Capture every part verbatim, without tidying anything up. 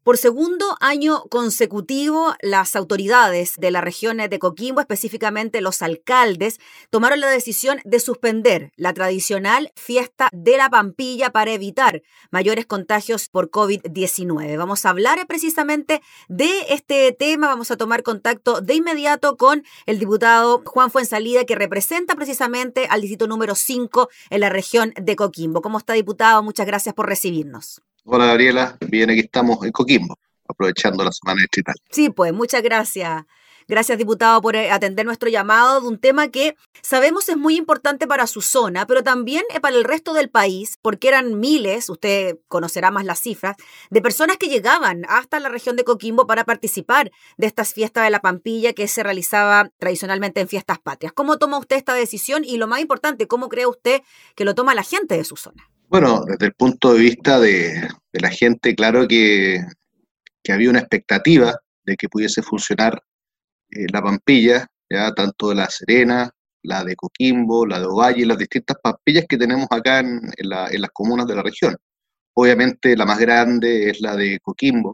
Por segundo año consecutivo, las autoridades de la región de Coquimbo, específicamente los alcaldes, tomaron la decisión de suspender la tradicional fiesta de la Pampilla para evitar mayores contagios por covid diecinueve. Vamos a hablar precisamente de este tema, vamos a tomar contacto de inmediato con el diputado Juan Fuenzalida, que representa precisamente al distrito número cinco en la región de Coquimbo. ¿Cómo está, diputado? Muchas gracias por recibirnos. Hola, Gabriela, bien, aquí estamos en Coquimbo, aprovechando la semana distrital. Sí, pues, muchas gracias. Gracias, diputado, por atender nuestro llamado de un tema que sabemos es muy importante para su zona, pero también para el resto del país, porque eran miles, usted conocerá más las cifras, de personas que llegaban hasta la región de Coquimbo para participar de estas fiestas de la Pampilla que se realizaba tradicionalmente en fiestas patrias. ¿Cómo toma usted esta decisión? Y lo más importante, ¿cómo cree usted que lo toma la gente de su zona? Bueno, desde el punto de vista de, de la gente, claro que, que había una expectativa de que pudiese funcionar eh, la Pampilla, ya tanto de La Serena, la de Coquimbo, la de Ovalle, las distintas Pampillas que tenemos acá en, en, la, en las comunas de la región. Obviamente la más grande es la de Coquimbo,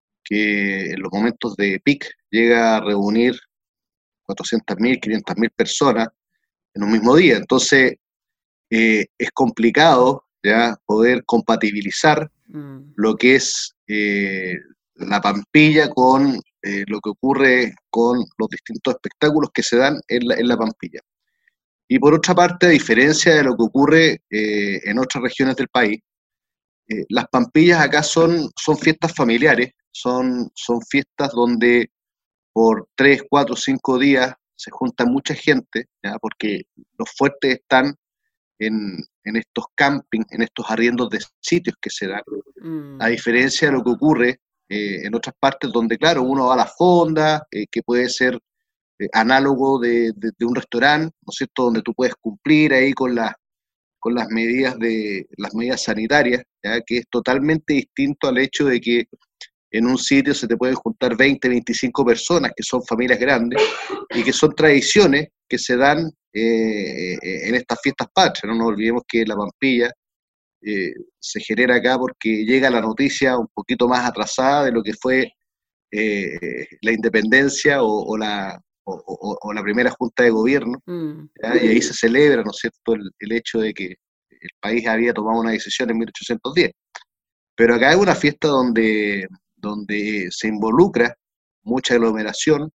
que en los momentos de pic llega a reunir cuatrocientas mil, quinientas mil personas en un mismo día. Entonces eh, es complicado ya poder compatibilizar mm. lo que es eh, la Pampilla con eh, lo que ocurre con los distintos espectáculos que se dan en la, en la Pampilla. Y por otra parte, a diferencia de lo que ocurre eh, en otras regiones del país, eh, las Pampillas acá son, son fiestas familiares, son, son fiestas donde por tres, cuatro, cinco días se junta mucha gente, ¿ya? Porque los fuertes están en, en estos campings, en estos arriendos de sitios que se dan, mm. a diferencia de lo que ocurre eh, en otras partes donde, claro, uno va a la fonda, eh, que puede ser eh, análogo de, de, de un restaurante, ¿no es cierto?, donde tú puedes cumplir ahí con, la, con las medidas de las medidas sanitarias, ¿ya? Que es totalmente distinto al hecho de que en un sitio se te pueden juntar veinte, veinticinco personas, que son familias grandes, y que son tradiciones que se dan eh, en estas fiestas patrias. No nos olvidemos que la Pampilla eh, se genera acá porque llega la noticia un poquito más atrasada de lo que fue eh, la independencia o, o, la, o, o, o la primera junta de gobierno, mm. y ahí se celebra, ¿no es cierto?, el, el hecho de que el país había tomado una decisión en mil ochocientos diez. Pero acá es una fiesta donde... donde se involucra mucha aglomeración,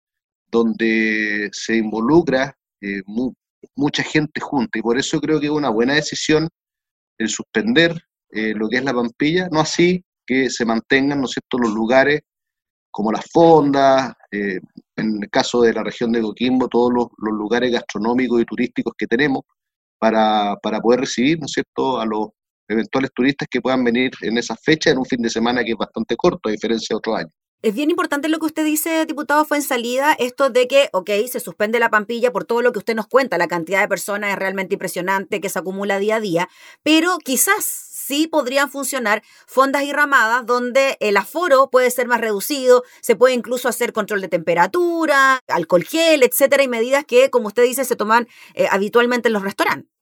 donde se involucra eh, mu mucha gente junta, y por eso creo que es una buena decisión el suspender eh, lo que es la Pampilla, no así que se mantengan, ¿no es cierto?, los lugares como las fondas, eh, en el caso de la región de Coquimbo, todos los, los lugares gastronómicos y turísticos que tenemos para, para poder recibir, ¿no es cierto?, a los eventuales turistas que puedan venir en esa fecha, en un fin de semana que es bastante corto, a diferencia de otros años. Es bien importante lo que usted dice, diputado Fuenzalida, esto de que, ok, se suspende la Pampilla por todo lo que usted nos cuenta, la cantidad de personas es realmente impresionante que se acumula día a día, pero quizás sí podrían funcionar fondas y ramadas donde el aforo puede ser más reducido, se puede incluso hacer control de temperatura, alcohol gel, etcétera, y medidas que, como usted dice, se toman eh, habitualmente en los restaurantes.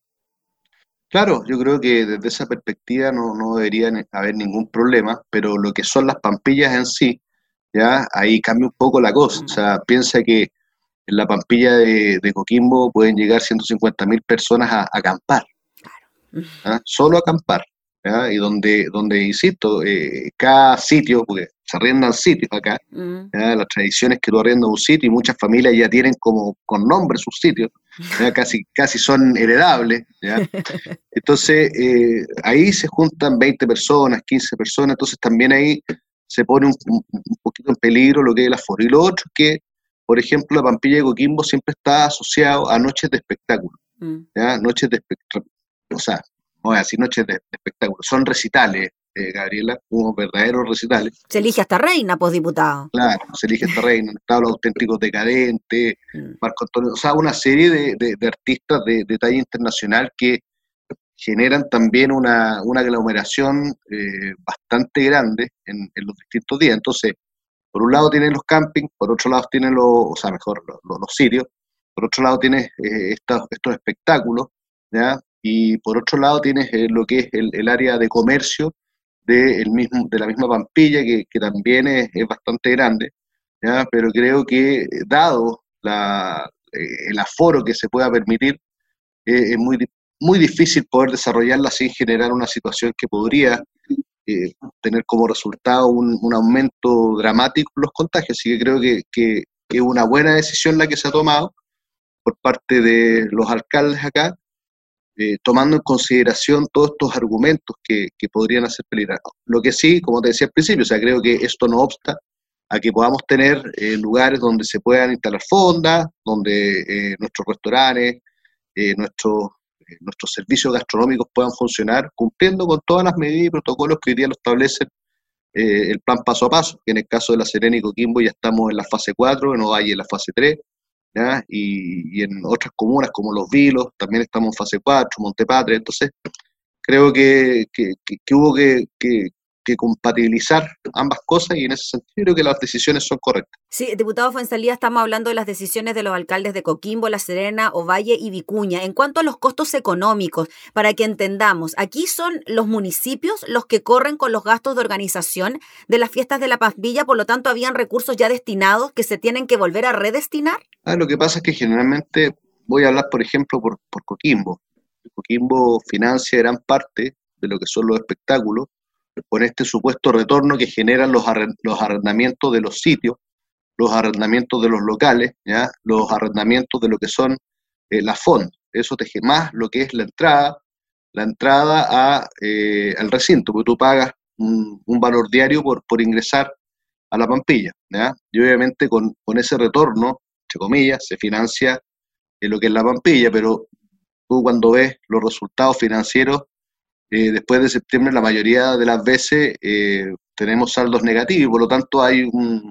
Claro, yo creo que desde esa perspectiva no, no debería haber ningún problema, pero lo que son las Pampillas en sí, ya ahí cambia un poco la cosa. O sea, piensa que en la Pampilla de, de Coquimbo pueden llegar ciento cincuenta mil personas a, a acampar, ¿ya? Solo a acampar, ¿ya? Y donde, donde insisto, eh, cada sitio, porque se arrendan sitios acá, ¿ya? La tradición es que tú arrendas un sitio y muchas familias ya tienen como con nombre sus sitios, ¿ya? Casi, casi son heredables, ¿ya? Entonces, eh, ahí se juntan veinte personas, quince personas, entonces también ahí se pone un, un, un poquito en peligro lo que es el aforo. Y lo otro es que, por ejemplo, la Pampilla de Coquimbo siempre está asociado a noches de espectáculo, ¿ya? Noches de espectáculo, o sea, no voy a decir noches de, de espectáculo, son recitales, eh, Gabriela, unos verdaderos recitales. Se elige hasta reina, pues, diputado. Claro, se elige hasta reina, están los auténticos decadentes, mm. Marco Antonio, o sea, una serie de, de, de artistas de, de talla internacional que generan también una, una aglomeración eh, bastante grande en, en los distintos días. Entonces, por un lado tienen los campings, por otro lado tienen los, o sea, mejor, los, los sitios, por otro lado tienes eh, estos, estos espectáculos, ¿ya? Y por otro lado tienes eh, lo que es el, el área de comercio, de, el mismo, de la misma Pampilla, que, que también es, es bastante grande, ¿ya? Pero creo que dado la, eh, el aforo que se pueda permitir, eh, es muy, muy difícil poder desarrollarla sin generar una situación que podría eh, tener como resultado un, un aumento dramático en los contagios. Así que creo que, que, que es una buena decisión la que se ha tomado por parte de los alcaldes acá, eh, tomando en consideración todos estos argumentos que, que podrían hacer peligrar. Lo que sí, como te decía al principio, o sea, creo que esto no obsta a que podamos tener eh, lugares donde se puedan instalar fondas, donde eh, nuestros restaurantes, eh, nuestros, eh, nuestros servicios gastronómicos puedan funcionar cumpliendo con todas las medidas y protocolos que hoy día lo establecen eh, el plan paso a paso, que en el caso de La Serena y Coquimbo ya estamos en la fase cuatro, en Ovalle en la fase tres, ¿ya? Y, y en otras comunas como Los Vilos también estamos en fase cuatro, Montepatria. Entonces creo que, que, que, que hubo que, que, que compatibilizar ambas cosas, y en ese sentido creo que las decisiones son correctas. Sí, diputado Fuenzalía, estamos hablando de las decisiones de los alcaldes de Coquimbo, La Serena, Ovalle y Vicuña. En cuanto a los costos económicos, para que entendamos, aquí son los municipios los que corren con los gastos de organización de las fiestas de la Pampilla, por lo tanto, ¿habían recursos ya destinados que se tienen que volver a redestinar? Ah, lo que pasa es que generalmente, voy a hablar por ejemplo por, por Coquimbo. Coquimbo financia gran parte de lo que son los espectáculos con este supuesto retorno que generan los, arrend los arrendamientos de los sitios, los arrendamientos de los locales, ¿ya? Los arrendamientos de lo que son eh, las fondas. Eso te más lo que es la entrada, la entrada a, eh, al recinto, porque tú pagas un, un valor diario por, por ingresar a la Pampilla, ¿ya? Y obviamente con, con ese retorno, entre comillas, se financia eh, lo que es la Pampilla, pero tú cuando ves los resultados financieros, eh, después de septiembre la mayoría de las veces eh, tenemos saldos negativos, y por lo tanto hay un,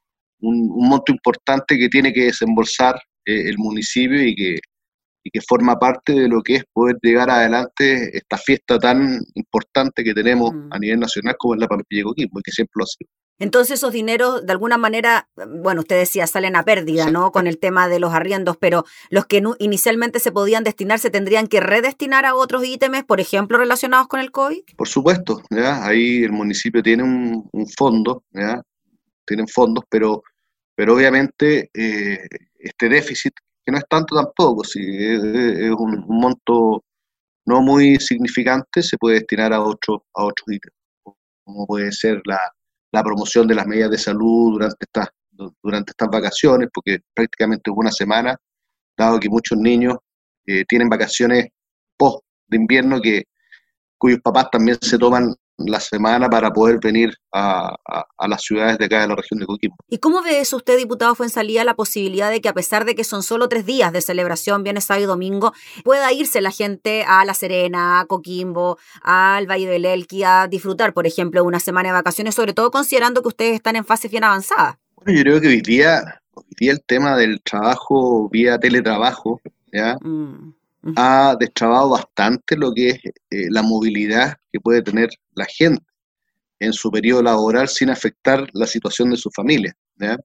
un, un monto importante que tiene que desembolsar eh, el municipio, y que, y que forma parte de lo que es poder llegar adelante esta fiesta tan importante que tenemos mm. a nivel nacional como es la Pampilla de Coquimbo, y que siempre lo ha sido. Entonces esos dineros de alguna manera, bueno, usted decía, salen a pérdida, ¿no? Con el tema de los arriendos, pero los que no, inicialmente se podían destinar, ¿se tendrían que redestinar a otros ítems, por ejemplo, relacionados con el COVID? Por supuesto, ¿ya? Ahí el municipio tiene un, un fondo, ¿ya? Tienen fondos, pero, pero obviamente eh, este déficit, que no es tanto tampoco, si es, es un, un monto no muy significante, se puede destinar a, otro, a otros ítems, como puede ser la la promoción de las medidas de salud durante estas, durante estas vacaciones, porque prácticamente es una semana, dado que muchos niños eh, tienen vacaciones post de invierno, que, cuyos papás también se toman la semana para poder venir a, a, a las ciudades de acá de la región de Coquimbo. ¿Y cómo ve eso usted, diputado Fuenzalía, la posibilidad de que, a pesar de que son solo tres días de celebración, viernes, sábado y domingo, pueda irse la gente a La Serena, a Coquimbo, al Valle del Elqui, a disfrutar, por ejemplo, una semana de vacaciones, sobre todo considerando que ustedes están en fases bien avanzadas? Bueno, yo creo que hoy día, hoy día el tema del trabajo vía teletrabajo, ¿ya? Mm. ha destrabado bastante lo que es eh, la movilidad que puede tener la gente en su periodo laboral sin afectar la situación de su familia, ¿ya?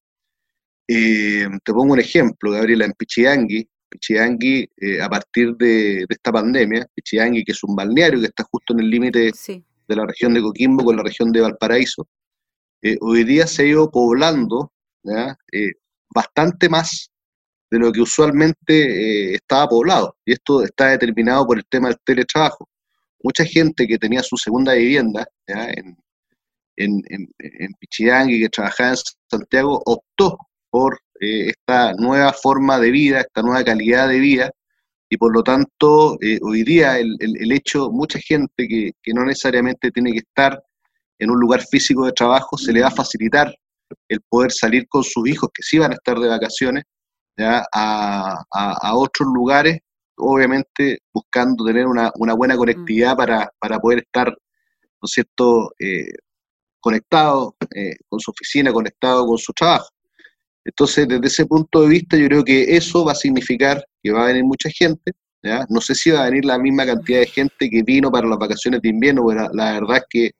Eh, te pongo un ejemplo, Gabriela, en Pichidangui, Pichidangui eh, a partir de, de esta pandemia, Pichidangui, que es un balneario que está justo en el límite sí. de la región de Coquimbo con la región de Valparaíso, eh, hoy día se ha ido poblando, ¿ya? Eh, bastante más de lo que usualmente eh, estaba poblado, y esto está determinado por el tema del teletrabajo. Mucha gente que tenía su segunda vivienda, ¿ya? en, en, en, en Pichidangui, que trabajaba en Santiago, optó por eh, esta nueva forma de vida, esta nueva calidad de vida, y por lo tanto eh, hoy día el, el, el hecho, mucha gente que, que no necesariamente tiene que estar en un lugar físico de trabajo, se le va a facilitar el poder salir con sus hijos que sí van a estar de vacaciones, ¿ya? A, a, a otros lugares, obviamente buscando tener una, una buena conectividad para, para poder estar, ¿no es cierto?, eh, conectado eh, con su oficina, conectado con su trabajo. Entonces, desde ese punto de vista, yo creo que eso va a significar que va a venir mucha gente, ¿ya? No sé si va a venir la misma cantidad de gente que vino para las vacaciones de invierno, pero la, la verdad es que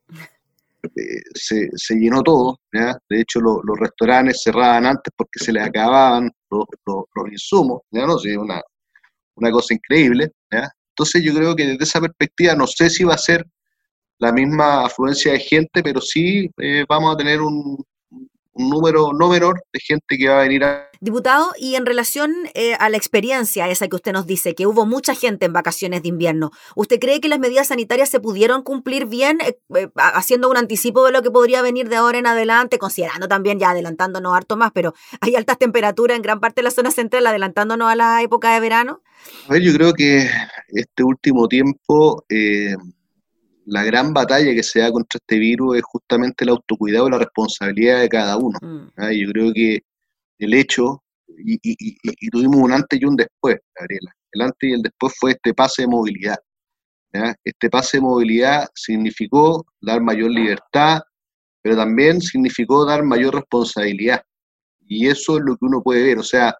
Eh, se, se llenó todo, ¿ya? De hecho lo, los restaurantes cerraban antes porque se les acababan los, los, los insumos, ¿ya? No sé, una, una cosa increíble, ¿ya? Entonces yo creo que desde esa perspectiva no sé si va a ser la misma afluencia de gente, pero sí eh, vamos a tener un, un número no menor de gente que va a venir a... Diputado, y en relación eh, a la experiencia esa que usted nos dice, que hubo mucha gente en vacaciones de invierno, ¿usted cree que las medidas sanitarias se pudieron cumplir bien, eh, eh, haciendo un anticipo de lo que podría venir de ahora en adelante, considerando también, ya adelantándonos harto más, pero hay altas temperaturas en gran parte de la zona central, adelantándonos a la época de verano? A ver, yo creo que este último tiempo... Eh, la gran batalla que se da contra este virus es justamente el autocuidado y la responsabilidad de cada uno. Mm. ¿Ah? Yo creo que el hecho, y, y, y, y tuvimos un antes y un después, Gabriela, el antes y el después fue este pase de movilidad. ¿Ya? Este pase de movilidad significó dar mayor libertad, pero también significó dar mayor responsabilidad. Y eso es lo que uno puede ver, o sea,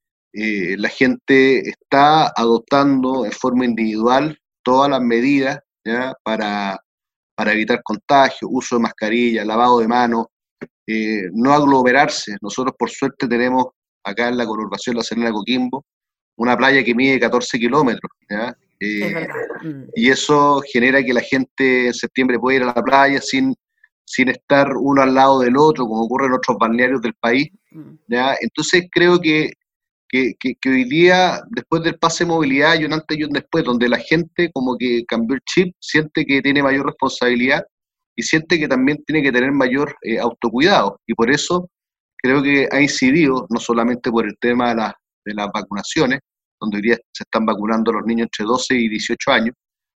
eh, la gente está adoptando en forma individual todas las medidas, ¿ya? Para, para evitar contagio, uso de mascarilla, lavado de manos, eh, no aglomerarse. Nosotros por suerte tenemos acá en la conurbación La Serena Coquimbo una playa que mide catorce kilómetros, ¿ya? Eh, es verdad. Mm. Y eso genera que la gente en septiembre pueda ir a la playa sin, sin estar uno al lado del otro, como ocurre en otros balnearios del país, ¿ya? Entonces creo que Que, que, que hoy día, después del pase de movilidad, hay un antes y un después, donde la gente como que cambió el chip, siente que tiene mayor responsabilidad y siente que también tiene que tener mayor eh, autocuidado. Y por eso creo que ha incidido, no solamente por el tema de, la, de las vacunaciones, donde hoy día se están vacunando los niños entre doce y dieciocho años,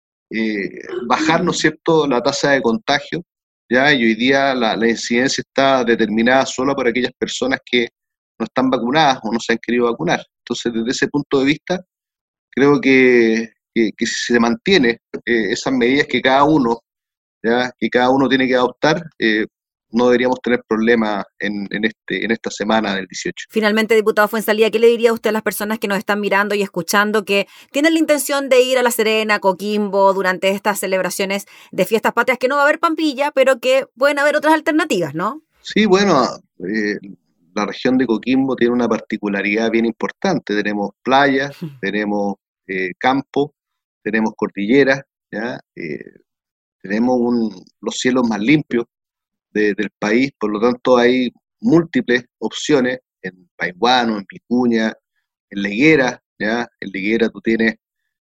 eh, bajar, ¿no es cierto?, la tasa de contagio, ¿ya? Y hoy día la, la incidencia está determinada solo por aquellas personas que no están vacunadas o no se han querido vacunar. Entonces, desde ese punto de vista, creo que, que, que si se mantiene eh, esas medidas que cada uno, ¿ya? que cada uno tiene que adoptar, eh, no deberíamos tener problemas en, en, este, en esta semana del dieciocho. Finalmente, diputado Fuenzalía, ¿qué le diría usted a las personas que nos están mirando y escuchando que tienen la intención de ir a La Serena, Coquimbo, durante estas celebraciones de fiestas patrias, que no va a haber Pampilla, pero que pueden haber otras alternativas, ¿no? Sí, bueno, eh, la región de Coquimbo tiene una particularidad bien importante. Tenemos playas, tenemos eh, campo, tenemos cordilleras, ¿ya? Eh, tenemos un, los cielos más limpios de, del país, por lo tanto hay múltiples opciones en Paihuano, en Vicuña, en La Higuera, ¿ya? En La Higuera tú tienes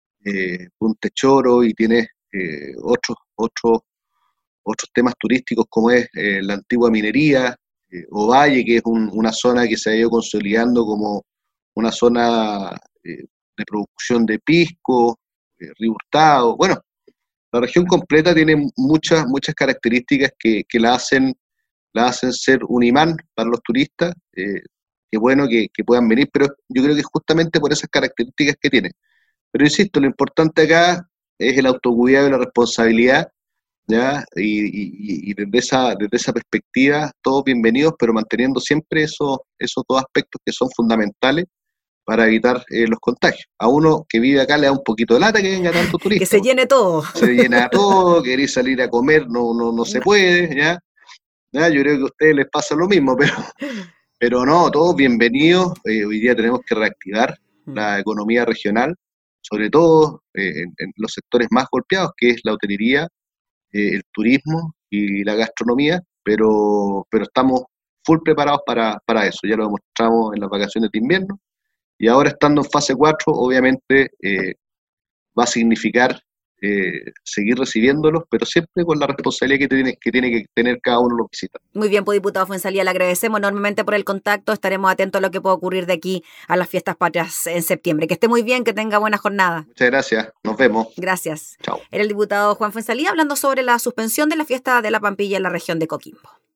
eh, Punta Choro y tienes eh, otros, otros, otros temas turísticos como es eh, la antigua minería, eh, Ovalle, que es un, una zona que se ha ido consolidando como una zona eh, de producción de pisco, eh, Río Hurtado. Bueno, la región completa tiene muchas, muchas características que, que la, hacen, la hacen ser un imán para los turistas. Eh, qué bueno que, que puedan venir, pero yo creo que justamente por esas características que tiene. Pero insisto, lo importante acá es el autocuidado y la responsabilidad, ¿ya? Y, y, y desde, esa, desde esa perspectiva, todos bienvenidos, pero manteniendo siempre esos, esos dos aspectos que son fundamentales para evitar eh, los contagios. A uno que vive acá le da un poquito de lata que venga tanto turista. Que se llene todo. Se llena todo, querer salir a comer no, no, no se puede, ¿ya? ¿ya? Yo creo que a ustedes les pasa lo mismo, pero, pero no, todos bienvenidos. Eh, hoy día tenemos que reactivar la economía regional, sobre todo eh, en, en los sectores más golpeados, que es la hotelería, eh, el turismo y la gastronomía, pero, pero estamos full preparados para, para eso. Ya lo demostramos en las vacaciones de invierno. Y ahora estando en fase cuatro, obviamente eh, va a significar eh, seguir recibiéndolos, pero siempre con la responsabilidad que tiene, que tiene que tener cada uno de los visitantes. Muy bien, pues diputado Fuenzalía, le agradecemos enormemente por el contacto. Estaremos atentos a lo que pueda ocurrir de aquí a las fiestas patrias en septiembre. Que esté muy bien, que tenga buena jornada. Muchas gracias, nos vemos. Gracias. Chao. Era el diputado Juan Fuenzalía hablando sobre la suspensión de la fiesta de la Pampilla en la región de Coquimbo.